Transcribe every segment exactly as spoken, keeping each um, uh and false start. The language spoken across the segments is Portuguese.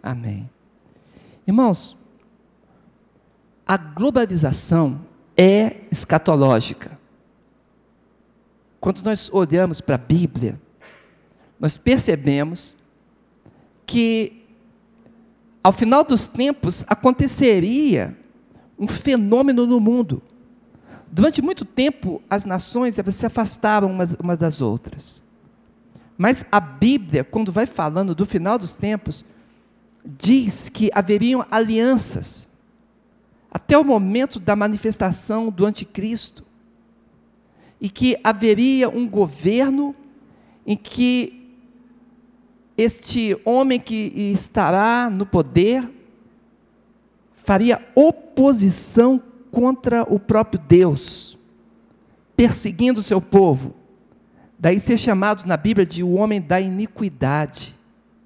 Amém. Irmãos, a globalização é escatológica. Quando nós olhamos para a Bíblia, nós percebemos que, ao final dos tempos, aconteceria um fenômeno no mundo. Durante muito tempo, as nações se afastaram umas, umas das outras. Mas a Bíblia, quando vai falando do final dos tempos, diz que haveriam alianças, até o momento da manifestação do anticristo, e que haveria um governo em que este homem que estará no poder faria oposição contra o próprio Deus, perseguindo o seu povo. Daí ser chamado na Bíblia de o homem da iniquidade,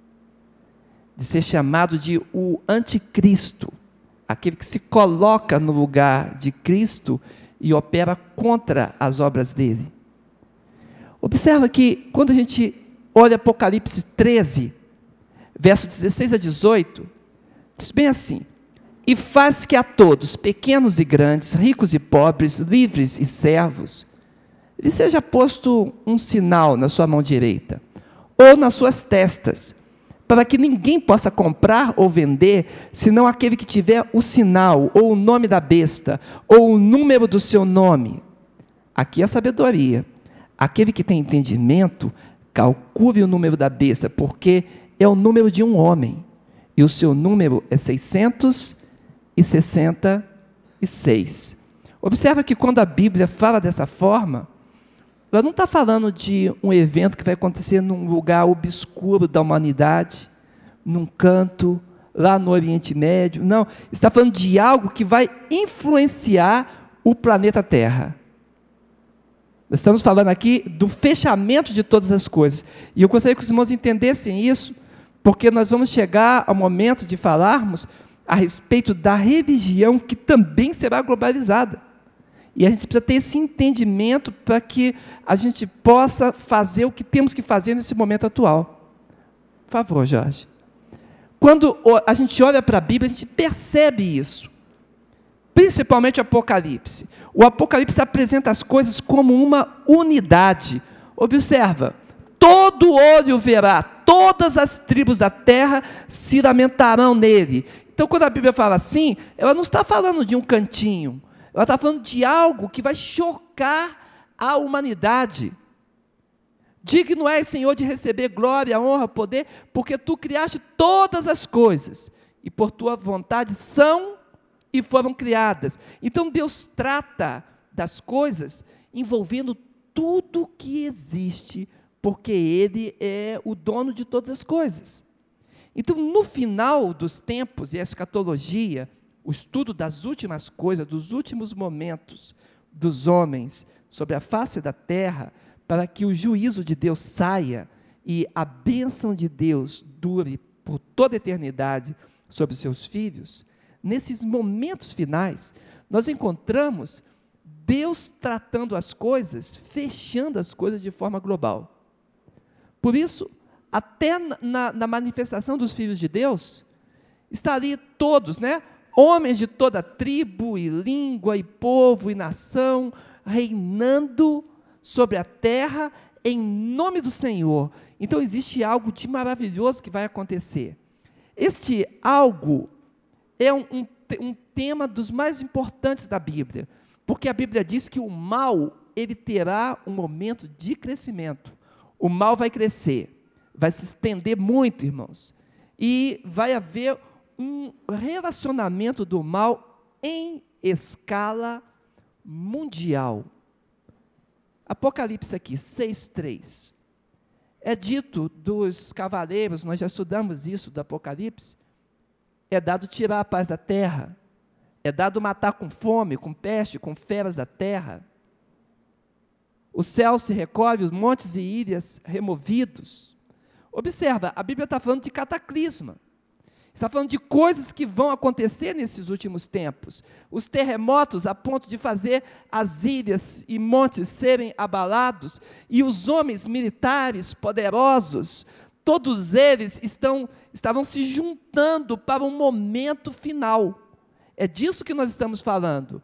de ser chamado de o anticristo, aquele que se coloca no lugar de Cristo e opera contra as obras dele. Observa que quando a gente olha Apocalipse treze, versos dezesseis a dezoito, diz bem assim: e faz que a todos, pequenos e grandes, ricos e pobres, livres e servos, lhe seja posto um sinal na sua mão direita, ou nas suas testas, para que ninguém possa comprar ou vender, senão aquele que tiver o sinal, ou o nome da besta, ou o número do seu nome. Aqui é a sabedoria. Aquele que tem entendimento, calcule o número da besta, porque é o número de um homem, e o seu número é seiscentos e sessenta e seis. Observa que quando a Bíblia fala dessa forma, ela não está falando de um evento que vai acontecer num lugar obscuro da humanidade, num canto, lá no Oriente Médio. Não, está falando de algo que vai influenciar o planeta Terra. Nós estamos falando aqui do fechamento de todas as coisas. E eu gostaria que os irmãos entendessem isso, porque nós vamos chegar ao momento de falarmos a respeito da religião que também será globalizada. E a gente precisa ter esse entendimento para que a gente possa fazer o que temos que fazer nesse momento atual. Por favor, Jorge. Quando a gente olha para a Bíblia, a gente percebe isso. Principalmente o Apocalipse. O Apocalipse apresenta as coisas como uma unidade. Observa, todo olho verá, todas as tribos da terra se lamentarão nele. Então, quando a Bíblia fala assim, ela não está falando de um cantinho, ela está falando de algo que vai chocar a humanidade. Digno és, Senhor, de receber glória, honra, poder, porque tu criaste todas as coisas, e por tua vontade são e foram criadas. Então Deus trata das coisas envolvendo tudo que existe, porque Ele é o dono de todas as coisas. Então, no final dos tempos, e a escatologia, o estudo das últimas coisas, dos últimos momentos dos homens sobre a face da terra, para que o juízo de Deus saia e a bênção de Deus dure por toda a eternidade sobre seus filhos, nesses momentos finais, nós encontramos Deus tratando as coisas, fechando as coisas de forma global. Por isso, até na, na manifestação dos filhos de Deus, está ali todos, né? Homens de toda tribo, e língua, e povo, e nação, reinando sobre a terra, em nome do Senhor. Então, existe algo de maravilhoso que vai acontecer. Este algo é um, um, um tema dos mais importantes da Bíblia, porque a Bíblia diz que o mal, ele terá um momento de crescimento. O mal vai crescer, vai se estender muito, irmãos, e vai haver um relacionamento do mal em escala mundial. Apocalipse aqui, seis, três. É dito dos cavaleiros, nós já estudamos isso do Apocalipse, é dado tirar a paz da terra, é dado matar com fome, com peste, com feras da terra. O céu se recolhe, os montes e ilhas removidos. Observa, a Bíblia está falando de cataclisma. Está falando de coisas que vão acontecer nesses últimos tempos. Os terremotos a ponto de fazer as ilhas e montes serem abalados, e os homens militares poderosos todos eles estão, estavam se juntando para um momento final. É disso que nós estamos falando.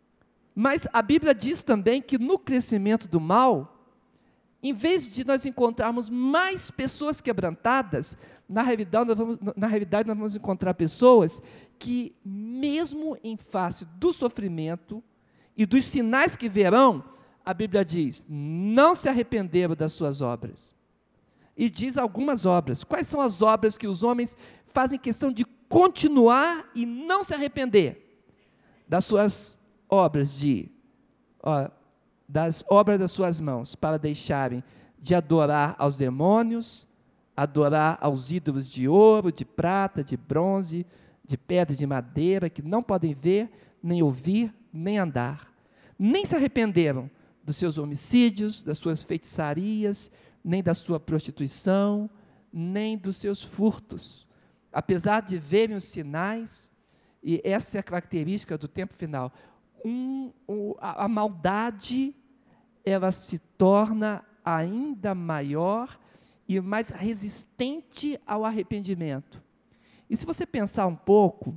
Mas a Bíblia diz também que no crescimento do mal, em vez de nós encontrarmos mais pessoas quebrantadas, na realidade, nós vamos, na realidade nós vamos encontrar pessoas que, mesmo em face do sofrimento e dos sinais que verão, a Bíblia diz, não se arrependeram das suas obras. E diz algumas obras. Quais são as obras que os homens fazem questão de continuar e não se arrepender? Das suas obras de... Ó, das obras das suas mãos, para deixarem de adorar aos demônios, adorar aos ídolos de ouro, de prata, de bronze, de pedra, de madeira, que não podem ver, nem ouvir, nem andar. Nem se arrependeram dos seus homicídios, das suas feitiçarias, nem da sua prostituição, nem dos seus furtos. Apesar de verem os sinais, e essa é a característica do tempo final, um, um, a, a maldade, ela se torna ainda maior e mais resistente ao arrependimento. E se você pensar um pouco,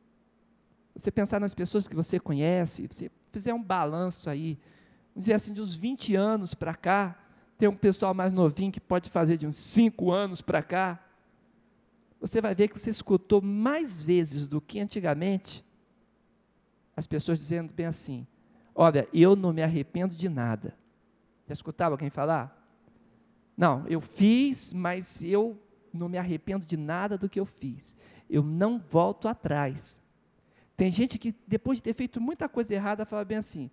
você pensar nas pessoas que você conhece, você fizer um balanço aí, vamos dizer assim, de uns vinte anos para cá, tem um pessoal mais novinho que pode fazer de uns cinco anos para cá, você vai ver que você escutou mais vezes do que antigamente, as pessoas dizendo bem assim, olha, eu não me arrependo de nada. Já escutava alguém falar? Não, eu fiz, mas eu não me arrependo de nada do que eu fiz. Eu não volto atrás. Tem gente que, depois de ter feito muita coisa errada, fala bem assim,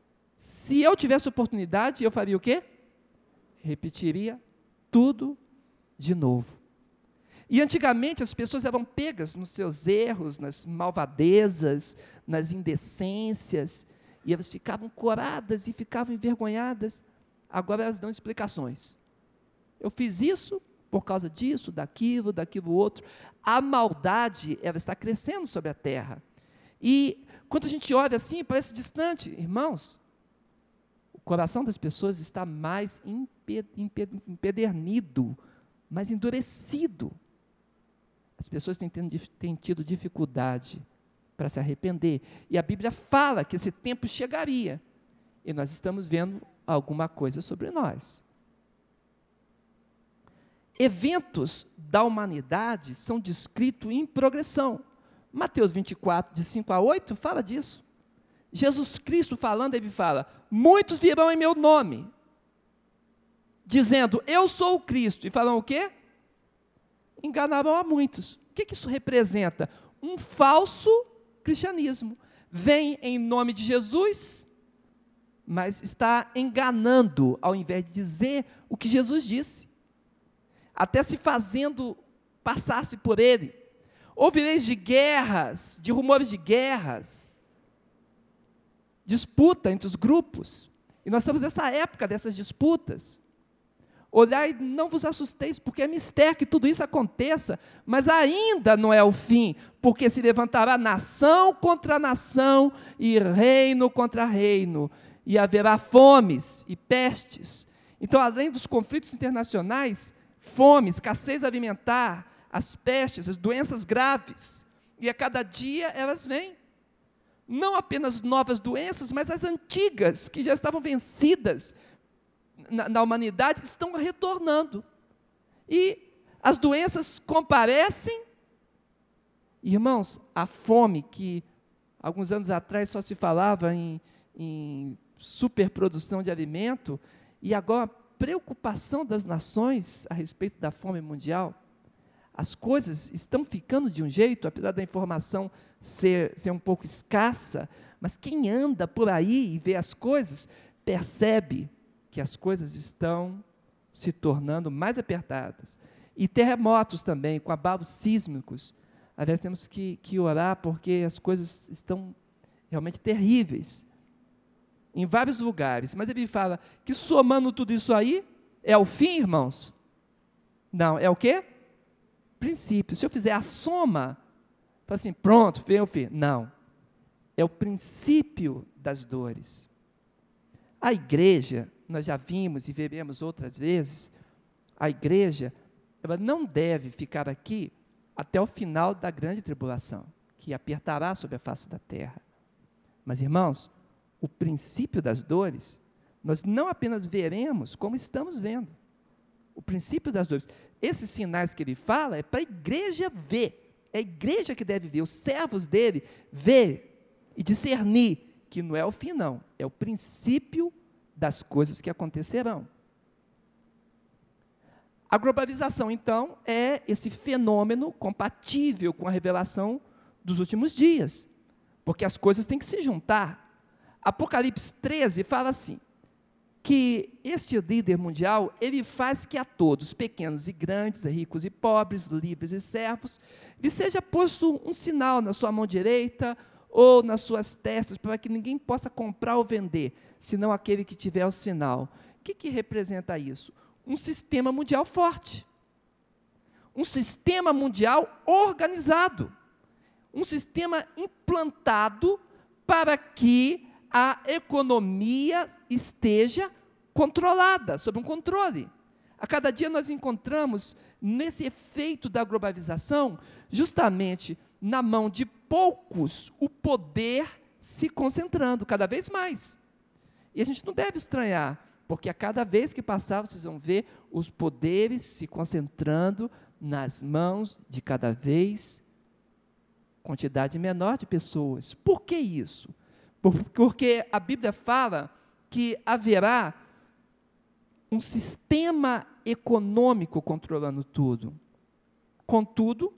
se eu tivesse oportunidade, eu faria o quê? Repetiria tudo de novo. E antigamente as pessoas eram pegas nos seus erros, nas malvadezas, nas indecências, e elas ficavam coradas e ficavam envergonhadas. Agora elas dão explicações. Eu fiz isso por causa disso, daquilo, daquilo outro. A maldade, ela está crescendo sobre a terra. E quando a gente olha assim, parece distante. Irmãos, o coração das pessoas está mais empedernido, mais endurecido. As pessoas têm, têm tido dificuldade para se arrepender. E a Bíblia fala que esse tempo chegaria. E nós estamos vendo alguma coisa sobre nós. Eventos da humanidade são descritos em progressão. Mateus vinte e quatro, de cinco a oito, fala disso. Jesus Cristo falando, ele fala, muitos virão em meu nome, dizendo, eu sou o Cristo. E falam o quê? Enganarão a muitos. O que, que isso representa? Um falso cristianismo. Vem em nome de Jesus, mas está enganando, ao invés de dizer o que Jesus disse. Até se fazendo passar-se por ele. Ouvireis de guerras, de rumores de guerras, disputa entre os grupos. E nós estamos nessa época dessas disputas. Olhai e não vos assusteis, porque é mistério que tudo isso aconteça, mas ainda não é o fim, porque se levantará nação contra nação, e reino contra reino, e haverá fomes e pestes. Então, além dos conflitos internacionais, fome, escassez alimentar, as pestes, as doenças graves, e a cada dia elas vêm. Não apenas novas doenças, mas as antigas, que já estavam vencidas, Na, na humanidade, estão retornando. E as doenças comparecem. Irmãos, a fome que alguns anos atrás só se falava em, em superprodução de alimento, e agora a preocupação das nações a respeito da fome mundial, as coisas estão ficando de um jeito, apesar da informação ser, ser um pouco escassa, mas quem anda por aí e vê as coisas, percebe que as coisas estão se tornando mais apertadas. E terremotos também, com abalos sísmicos. Aliás, temos que, que orar, porque as coisas estão realmente terríveis, em vários lugares. Mas ele fala que somando tudo isso aí, é o fim, irmãos? Não, é o quê? Princípio. Se eu fizer a soma, fala assim, pronto, veio o fim. Não, é o princípio das dores. A igreja, nós já vimos e veremos outras vezes, a igreja ela não deve ficar aqui até o final da grande tribulação, que apertará sobre a face da terra. Mas, irmãos, o princípio das dores, nós não apenas veremos, como estamos vendo. O princípio das dores. Esses sinais que ele fala é para a igreja ver. É a igreja que deve ver, os servos dele, ver e discernir que não é o fim, não. É o princípio das coisas que acontecerão. A globalização, então, é esse fenômeno compatível com a revelação dos últimos dias, porque as coisas têm que se juntar. Apocalipse treze fala assim, que este líder mundial, ele faz que a todos, pequenos e grandes, ricos e pobres, livres e servos, lhe seja posto um sinal na sua mão direita ou nas suas testas, para que ninguém possa comprar ou vender, senão aquele que tiver o sinal. O que, que representa isso? Um sistema mundial forte, um sistema mundial organizado, um sistema implantado para que a economia esteja controlada, sob um controle. A cada dia nós encontramos, nesse efeito da globalização, justamente na mão de poucos, o poder se concentrando cada vez mais. E a gente não deve estranhar, porque a cada vez que passar, vocês vão ver os poderes se concentrando nas mãos de cada vez quantidade menor de pessoas. Por que isso? Porque a Bíblia fala que haverá um sistema econômico controlando tudo. Contudo,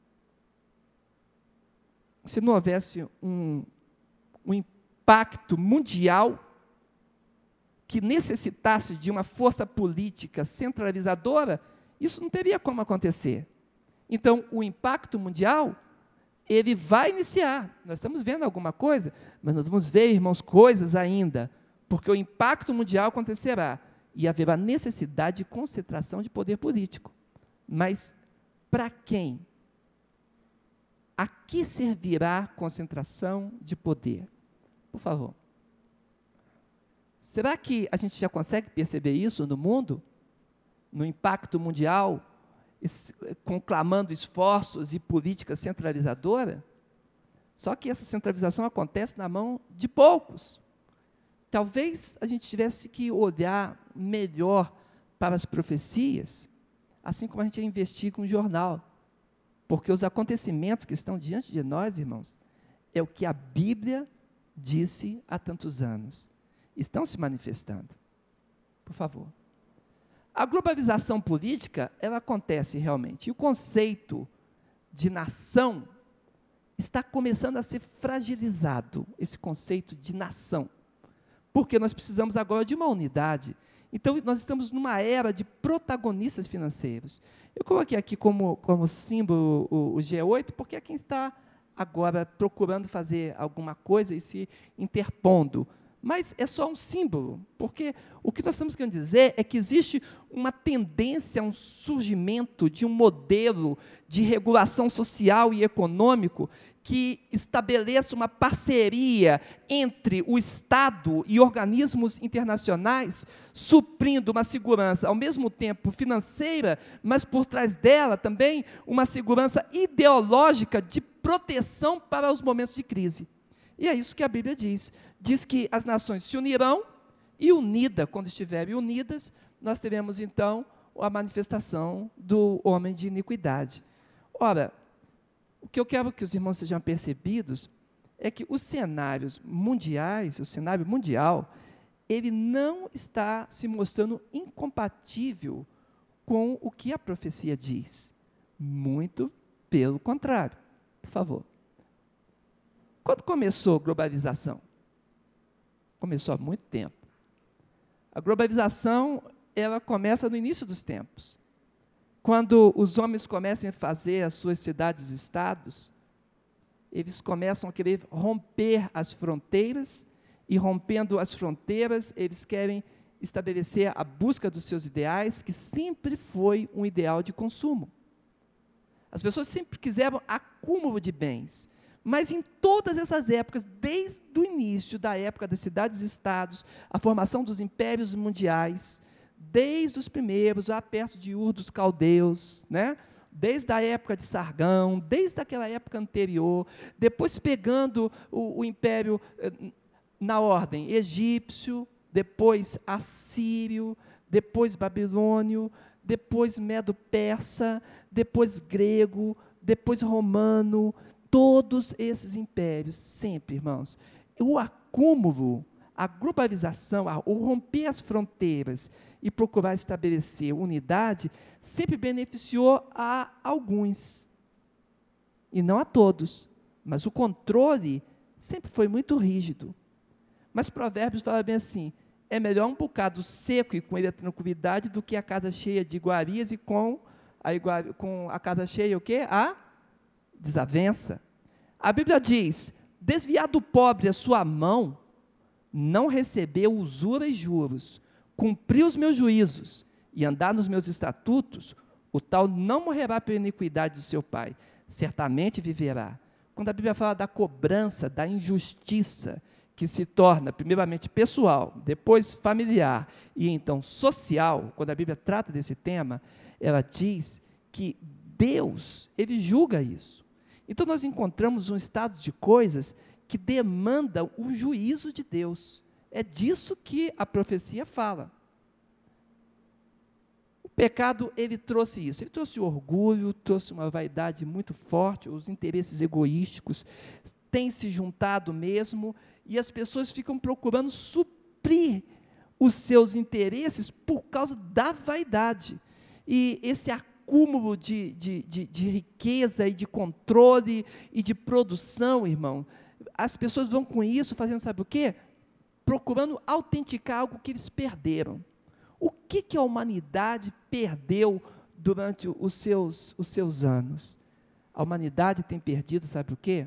se não houvesse um, um impacto mundial que necessitasse de uma força política centralizadora, isso não teria como acontecer. Então, o impacto mundial, ele vai iniciar. Nós estamos vendo alguma coisa, mas nós vamos ver, irmãos, coisas ainda, porque o impacto mundial acontecerá e haverá necessidade de concentração de poder político. Mas para quem? A que servirá a concentração de poder? Por favor. Será que a gente já consegue perceber isso no mundo? No impacto mundial, conclamando esforços e política centralizadora? Só que essa centralização acontece na mão de poucos. Talvez a gente tivesse que olhar melhor para as profecias, assim como a gente investiga um jornal, porque os acontecimentos que estão diante de nós, irmãos, é o que a Bíblia disse há tantos anos. Estão se manifestando. Por favor. A globalização política, ela acontece realmente. E o conceito de nação está começando a ser fragilizado, esse conceito de nação. Porque nós precisamos agora de uma unidade. Então, nós estamos numa era de protagonistas financeiros. Eu coloquei aqui como, como símbolo o, o G oito, porque é quem está agora procurando fazer alguma coisa e se interpondo. Mas é só um símbolo, porque o que nós estamos querendo dizer é que existe uma tendência, um surgimento de um modelo de regulação social e econômico que estabeleça uma parceria entre o Estado e organismos internacionais, suprindo uma segurança, ao mesmo tempo financeira, mas por trás dela também uma segurança ideológica de proteção para os momentos de crise. E é isso que a Bíblia diz. Diz que as nações se unirão e unida, quando estiverem unidas, nós teremos então a manifestação do homem de iniquidade. Ora, o que eu quero que os irmãos sejam percebidos é que os cenários mundiais, o cenário mundial, ele não está se mostrando incompatível com o que a profecia diz. Muito pelo contrário. Por favor. Quando começou a globalização? Começou há muito tempo. A globalização, ela começa no início dos tempos. Quando os homens começam a fazer as suas cidades-estados, eles começam a querer romper as fronteiras, e rompendo as fronteiras, eles querem estabelecer a busca dos seus ideais, que sempre foi um ideal de consumo. As pessoas sempre quiseram acúmulo de bens. Mas em todas essas épocas, desde o início da época das cidades-estados, a formação dos impérios mundiais, desde os primeiros, já perto de Ur dos Caldeus, né? Desde a época de Sargão, desde aquela época anterior, depois pegando o, o império eh, na ordem egípcio, depois assírio, depois babilônio, depois medo-persa, depois grego, depois romano, todos esses impérios, sempre, irmãos, o acúmulo, a globalização, o romper as fronteiras e procurar estabelecer unidade, sempre beneficiou a alguns, e não a todos, mas o controle sempre foi muito rígido. Mas Provérbios fala bem assim, é melhor um bocado seco e com ele a tranquilidade do que a casa cheia de iguarias e com a, iguaria, com a casa cheia o quê? A desavença. A Bíblia diz, desviar do pobre a sua mão, não receber usura e juros, cumprir os meus juízos e andar nos meus estatutos, o tal não morrerá pela iniquidade do seu pai, certamente viverá. Quando a Bíblia fala da cobrança, da injustiça, que se torna primeiramente pessoal, depois familiar e então social, quando a Bíblia trata desse tema, ela diz que Deus, ele julga isso. Então nós encontramos um estado de coisas que demandam o juízo de Deus. É disso que a profecia fala. O pecado, ele trouxe isso, ele trouxe orgulho, trouxe uma vaidade muito forte, os interesses egoísticos têm se juntado mesmo, e as pessoas ficam procurando suprir os seus interesses por causa da vaidade. E esse acúmulo de, de, de, de riqueza e de controle e de produção, irmão, as pessoas vão com isso fazendo, sabe o quê? Procurando autenticar algo que eles perderam. O que, que a humanidade perdeu durante os seus, os seus anos? A humanidade tem perdido, sabe o quê?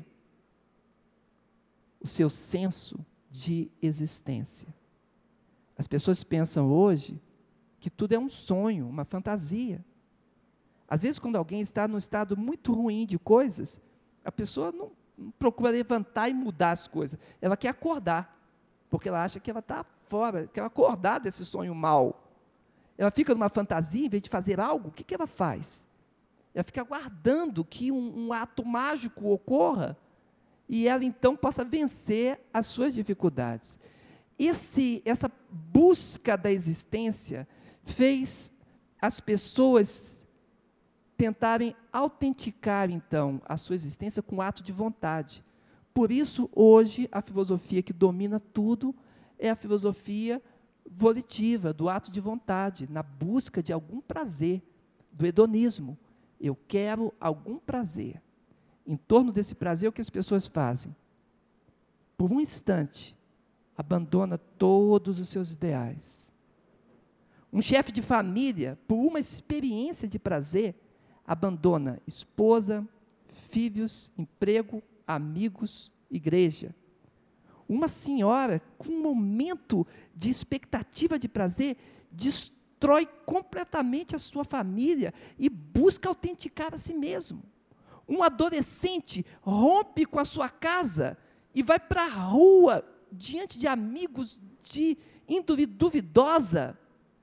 O seu senso de existência. As pessoas pensam hoje que tudo é um sonho, uma fantasia. Às vezes, quando alguém está num estado muito ruim de coisas, a pessoa não, não procura levantar e mudar as coisas. Ela quer acordar, porque ela acha que ela está fora, quer acordar desse sonho mau. Ela fica numa fantasia, em vez de fazer algo, o que, que ela faz? Ela fica aguardando que um, um ato mágico ocorra, e ela então possa vencer as suas dificuldades. Esse, essa busca da existência fez as pessoas tentarem autenticar então a sua existência com ato de vontade. Por isso, hoje, a filosofia que domina tudo é a filosofia volitiva, do ato de vontade, na busca de algum prazer, do hedonismo. Eu quero algum prazer. Em torno desse prazer, o que as pessoas fazem? Por um instante, abandona todos os seus ideais. Um chefe de família, por uma experiência de prazer, abandona esposa, filhos, emprego, amigos, igreja. Uma senhora, com um momento de expectativa de prazer, destrói completamente a sua família e busca autenticar a si mesmo. Um adolescente rompe com a sua casa e vai para a rua, diante de amigos de índole duvidosa,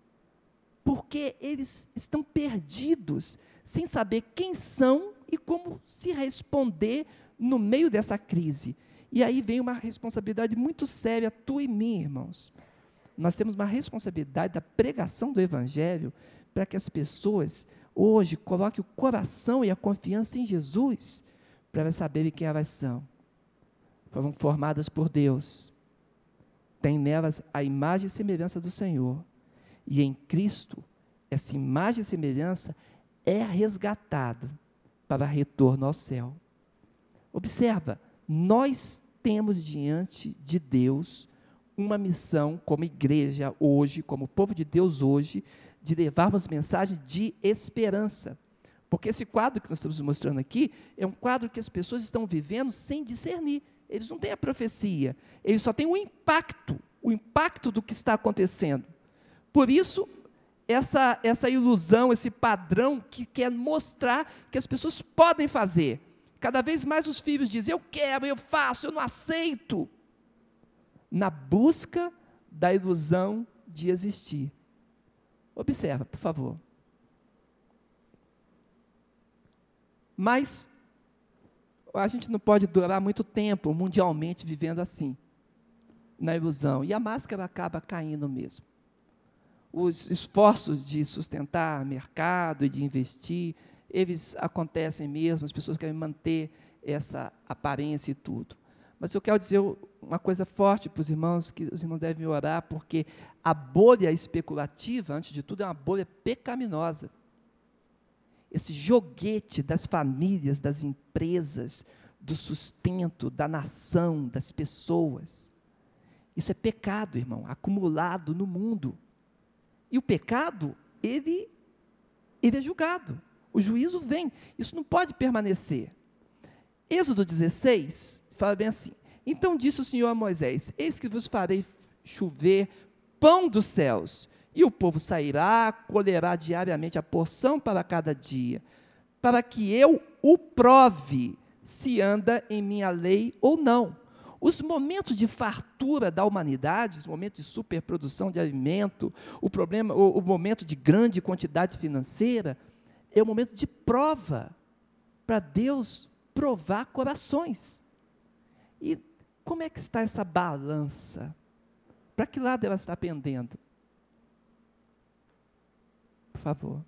porque eles estão perdidos, sem saber quem são e como se responder no meio dessa crise. E aí vem uma responsabilidade muito séria, tua e minha, irmãos. Nós temos uma responsabilidade da pregação do Evangelho para que as pessoas hoje coloquem o coração e a confiança em Jesus, para elas saberem quem elas são. Foram formadas por Deus, têm nelas a imagem e semelhança do Senhor, e em Cristo, essa imagem e semelhança é resgatada para retorno ao céu. Observa, nós temos diante de Deus uma missão como igreja hoje, como povo de Deus hoje, de levarmos mensagem de esperança. Porque esse quadro que nós estamos mostrando aqui é um quadro que as pessoas estão vivendo sem discernir. Eles não têm a profecia, eles só têm o impacto, o impacto do que está acontecendo. Por isso, essa, essa ilusão, esse padrão que quer mostrar que as pessoas podem fazer. Cada vez mais os filhos dizem, eu quero, eu faço, eu não aceito. Na busca da ilusão de existir. Observa, por favor. Mas a gente não pode durar muito tempo mundialmente vivendo assim, na ilusão. E a máscara acaba caindo mesmo. Os esforços de sustentar mercado e de investir, eles acontecem mesmo, as pessoas querem manter essa aparência e tudo. Mas eu quero dizer uma coisa forte para os irmãos, que os irmãos devem orar, porque a bolha especulativa, antes de tudo, é uma bolha pecaminosa. Esse joguete das famílias, das empresas, do sustento, da nação, das pessoas. Isso é pecado, irmão, acumulado no mundo. E o pecado, ele, ele é julgado. O juízo vem. Isso não pode permanecer. Êxodo dezesseis, fala bem assim: então disse o Senhor a Moisés: eis que vos farei chover pão dos céus, e o povo sairá, colherá diariamente a porção para cada dia, para que eu o prove, se anda em minha lei ou não. Os momentos de fartura da humanidade, os momentos de superprodução de alimento, o, problema, o, o momento de grande quantidade financeira, é o momento de prova, para Deus provar corações. E como é que está essa balança? Para que lado ela está pendendo? Por favor.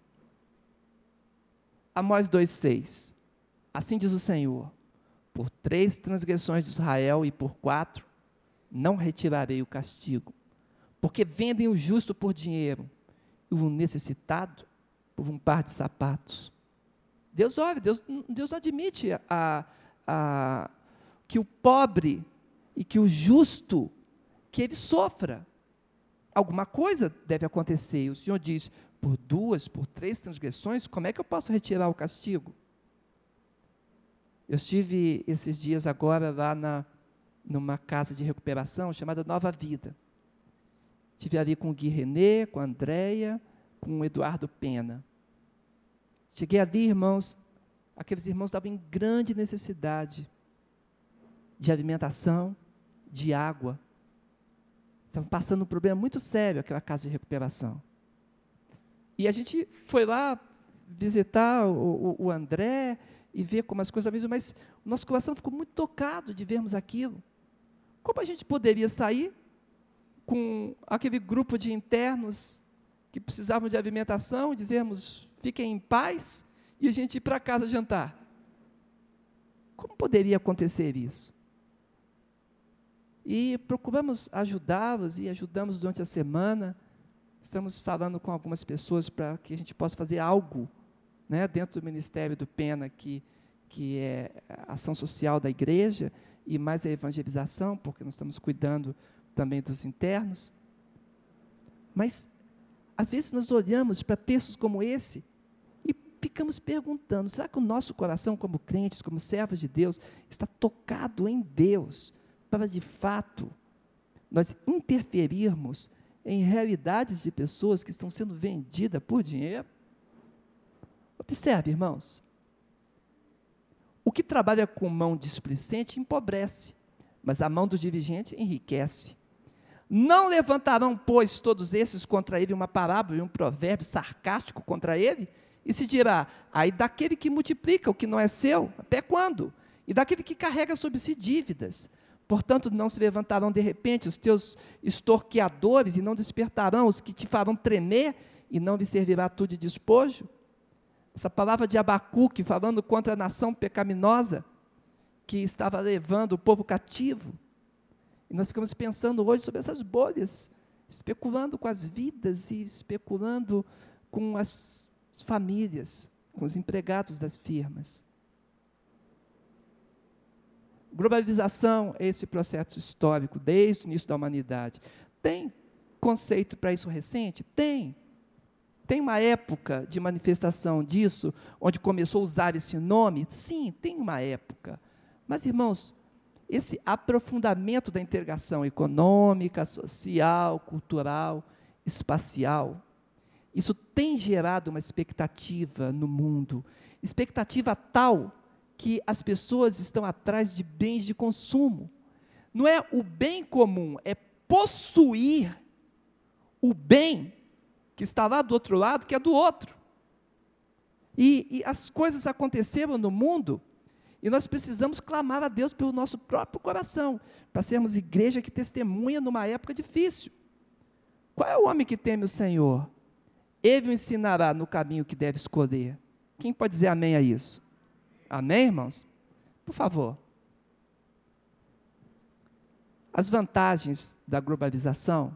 Amós dois, seis. Assim diz o Senhor: por três transgressões de Israel e por quatro, não retirarei o castigo, porque vendem o justo por dinheiro e o necessitado por um par de sapatos. Deus olha, Deus, Deus não admite a, a, que o pobre e que o justo, que ele sofra. Alguma coisa deve acontecer. E o Senhor diz: por duas, por três transgressões, como é que eu posso retirar o castigo? Eu estive esses dias agora lá na, numa casa de recuperação chamada Nova Vida. Estive ali com o Gui Renê, com a Andréia, com o Eduardo Pena. Cheguei ali, irmãos, aqueles irmãos estavam em grande necessidade de alimentação, de água. Estavam passando um problema muito sério, aquela casa de recuperação. E a gente foi lá visitar o, o, o André e ver como as coisas estavam, mas o nosso coração ficou muito tocado de vermos aquilo. Como a gente poderia sair com aquele grupo de internos que precisavam de alimentação e dizermos: fiquem em paz, e a gente ir para casa jantar? Como poderia acontecer isso? E procuramos ajudá-los e ajudamos durante a semana. Estamos falando com algumas pessoas para que a gente possa fazer algo, né, dentro do Ministério do Pena, que, que é a ação social da igreja, e mais a evangelização, porque nós estamos cuidando também dos internos. Mas, às vezes, nós olhamos para textos como esse e ficamos perguntando: será que o nosso coração, como crentes, como servos de Deus, está tocado em Deus, para, de fato, nós interferirmos em realidades de pessoas que estão sendo vendidas por dinheiro? Observe, irmãos, o que trabalha com mão displicente empobrece, mas a mão do diligente enriquece. Não levantarão, pois, todos esses contra ele uma parábola e um provérbio sarcástico contra ele? E se dirá: aí daquele que multiplica o que não é seu, até quando? E daquele que carrega sobre si dívidas. Portanto, não se levantarão de repente os teus extorqueadores, e não despertarão os que te farão tremer, e não lhe servirá tudo de despojo? Essa palavra de Abacuque, falando contra a nação pecaminosa, que estava levando o povo cativo. E nós ficamos pensando hoje sobre essas bolhas, especulando com as vidas e especulando com as famílias, com os empregados das firmas. Globalização é esse processo histórico desde o início da humanidade. Tem conceito para isso recente? Tem. Tem uma época de manifestação disso, onde começou a usar esse nome? Sim, tem uma época. Mas, irmãos, esse aprofundamento da integração econômica, social, cultural, espacial, isso tem gerado uma expectativa no mundo, expectativa tal que as pessoas estão atrás de bens de consumo. Não é o bem comum, é possuir o bem que está lá do outro lado, que é do outro. E, e as coisas aconteceram no mundo, e nós precisamos clamar a Deus pelo nosso próprio coração, para sermos igreja que testemunha numa época difícil. Qual é o homem que teme o Senhor? Ele o ensinará no caminho que deve escolher. Quem pode dizer amém a isso? Amém, irmãos? Por favor. As vantagens da globalização: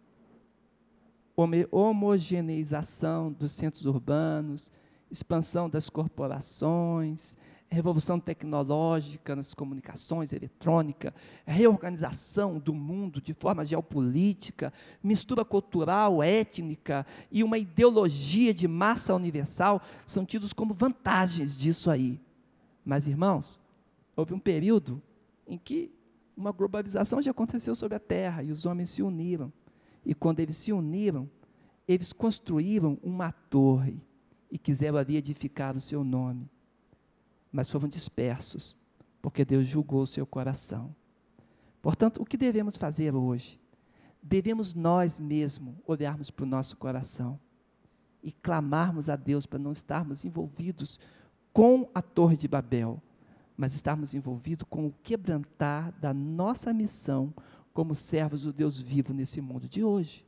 homogeneização dos centros urbanos, expansão das corporações, revolução tecnológica nas comunicações, eletrônica, reorganização do mundo de forma geopolítica, mistura cultural, étnica e uma ideologia de massa universal são tidos como vantagens disso aí. Mas, irmãos, houve um período em que uma globalização já aconteceu sobre a Terra e os homens se uniram. E quando eles se uniram, eles construíram uma torre e quiseram ali edificar o seu nome. Mas foram dispersos, porque Deus julgou o seu coração. Portanto, o que devemos fazer hoje? Devemos nós mesmos olharmos para o nosso coração e clamarmos a Deus para não estarmos envolvidos com a Torre de Babel, mas estarmos envolvidos com o quebrantar da nossa missão como servos do Deus vivo nesse mundo de hoje.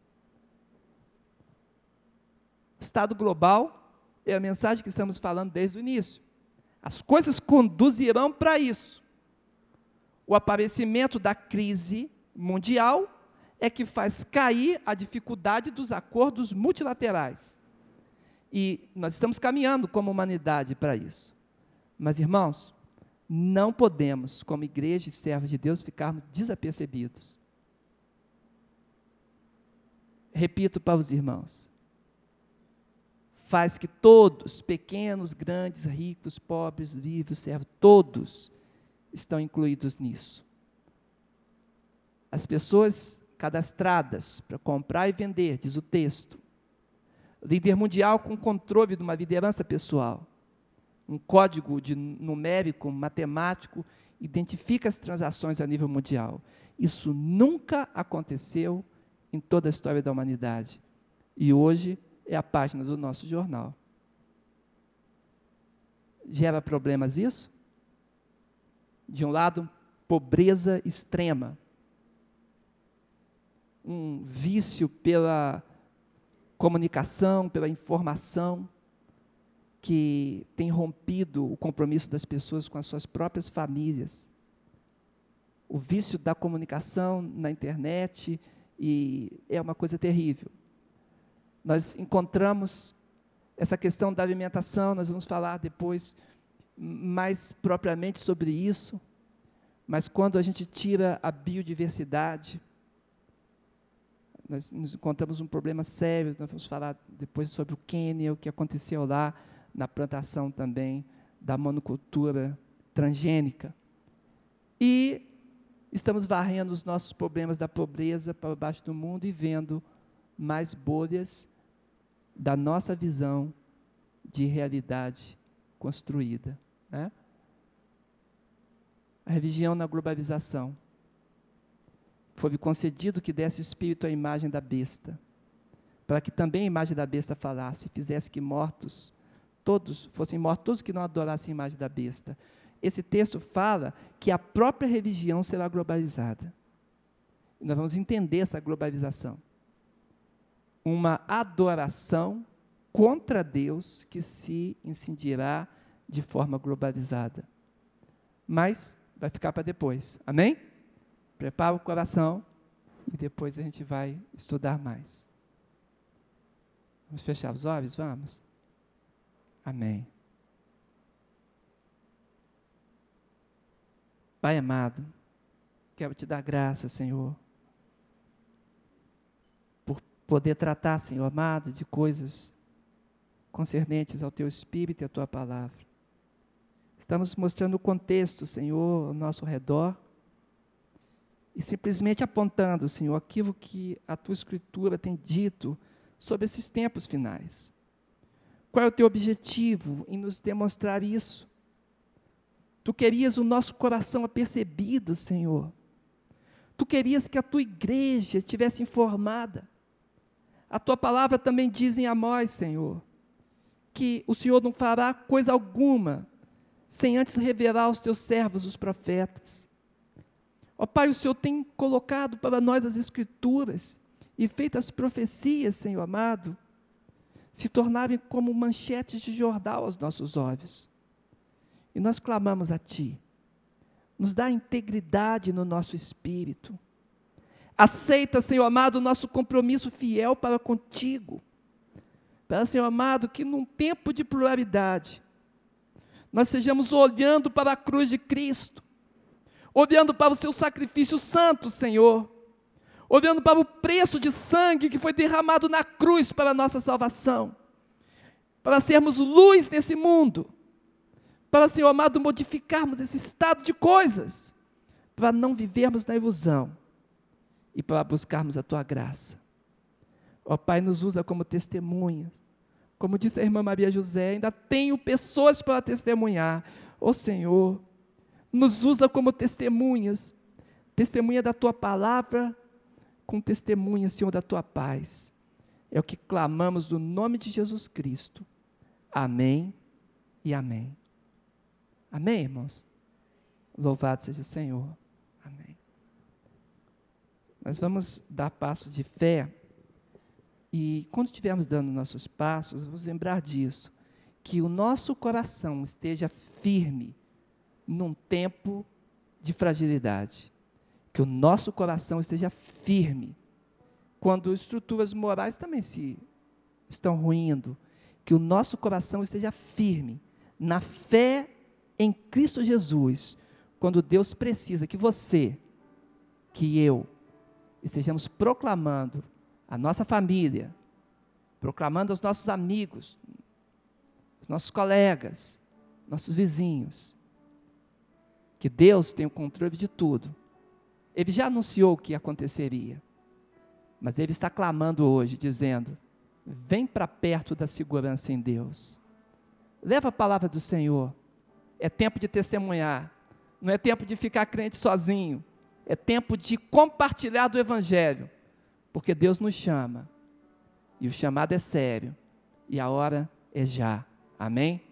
Estado global é a mensagem que estamos falando desde o início. As coisas conduzirão para isso. O aparecimento da crise mundial é que faz cair a dificuldade dos acordos multilaterais. E nós estamos caminhando como humanidade para isso. Mas, irmãos, não podemos, como igreja e servos de Deus, ficarmos desapercebidos. Repito para os irmãos: faz que todos, pequenos, grandes, ricos, pobres, vivos, servos, todos estão incluídos nisso. As pessoas cadastradas para comprar e vender, diz o texto. Líder mundial com controle de uma liderança pessoal. Um código de numérico, matemático, identifica as transações a nível mundial. Isso nunca aconteceu em toda a história da humanidade. E hoje é a página do nosso jornal. Gera problemas isso? De um lado, pobreza extrema. Um vício pela comunicação, pela informação, que tem rompido o compromisso das pessoas com as suas próprias famílias. O vício da comunicação na internet, e é uma coisa terrível. Nós encontramos essa questão da alimentação, nós vamos falar depois mais propriamente sobre isso, mas quando a gente tira a biodiversidade, nós nos encontramos um problema sério. Nós vamos falar depois sobre o Quênia, o que aconteceu lá, na plantação também da monocultura transgênica. E estamos varrendo os nossos problemas da pobreza para baixo do mundo e vendo mais bolhas da nossa visão de realidade construída, né? A religião na globalização. Foi concedido que desse espírito à imagem da besta, para que também a imagem da besta falasse, e fizesse que mortos, todos, fossem mortos todos que não adorassem a imagem da besta. Esse texto fala que a própria religião será globalizada. E nós vamos entender essa globalização. Uma adoração contra Deus que se incidirá de forma globalizada. Mas vai ficar para depois, amém? Prepara o coração e depois a gente vai estudar mais. Vamos fechar os olhos? Vamos? Amém. Pai amado, quero te dar graça, Senhor, por poder tratar, Senhor amado, de coisas concernentes ao Teu Espírito e à Tua Palavra. Estamos mostrando o contexto, Senhor, ao nosso redor, e simplesmente apontando, Senhor, aquilo que a Tua Escritura tem dito sobre esses tempos finais. Qual é o Teu objetivo em nos demonstrar isso? Tu querias o nosso coração apercebido, Senhor. Tu querias que a Tua igreja estivesse informada. A tua palavra também diz em Amós, Senhor, que o Senhor não fará coisa alguma sem antes revelar aos teus servos, os profetas. Ó Pai, o Senhor tem colocado para nós as Escrituras e feito as profecias, Senhor amado, se tornarem como manchetes de jornal aos nossos olhos. E nós clamamos a Ti, nos dá integridade no nosso espírito. Aceita, Senhor amado, o nosso compromisso fiel para contigo. Para, Senhor amado, que num tempo de pluralidade, nós sejamos olhando para a cruz de Cristo, olhando para o seu sacrifício santo, Senhor, olhando para o preço de sangue que foi derramado na cruz para a nossa salvação, para sermos luz nesse mundo, para, Senhor amado, modificarmos esse estado de coisas, para não vivermos na ilusão e para buscarmos a Tua graça. Ó Pai, nos usa como testemunhas, como disse a irmã Maria José, ainda tenho pessoas para testemunhar. Ó Senhor, nos usa como testemunhas, testemunha da Tua palavra, com testemunha, Senhor, da Tua paz. É o que clamamos no nome de Jesus Cristo. Amém e amém. Amém, irmãos? Louvado seja o Senhor. Amém. Nós vamos dar passos de fé, e quando estivermos dando nossos passos, vamos lembrar disso, que o nosso coração esteja firme num tempo de fragilidade, que o nosso coração esteja firme quando estruturas morais também se estão ruindo, que o nosso coração esteja firme na fé em Cristo Jesus, quando Deus precisa que você, que eu, estejamos proclamando a nossa família, proclamando aos nossos amigos, aos nossos colegas, nossos vizinhos, que Deus tem o controle de tudo. Ele já anunciou o que aconteceria, mas Ele está clamando hoje, dizendo, vem para perto da segurança em Deus, leva a palavra do Senhor, é tempo de testemunhar, não é tempo de ficar crente sozinho, é tempo de compartilhar do Evangelho, porque Deus nos chama, e o chamado é sério, e a hora é já, amém?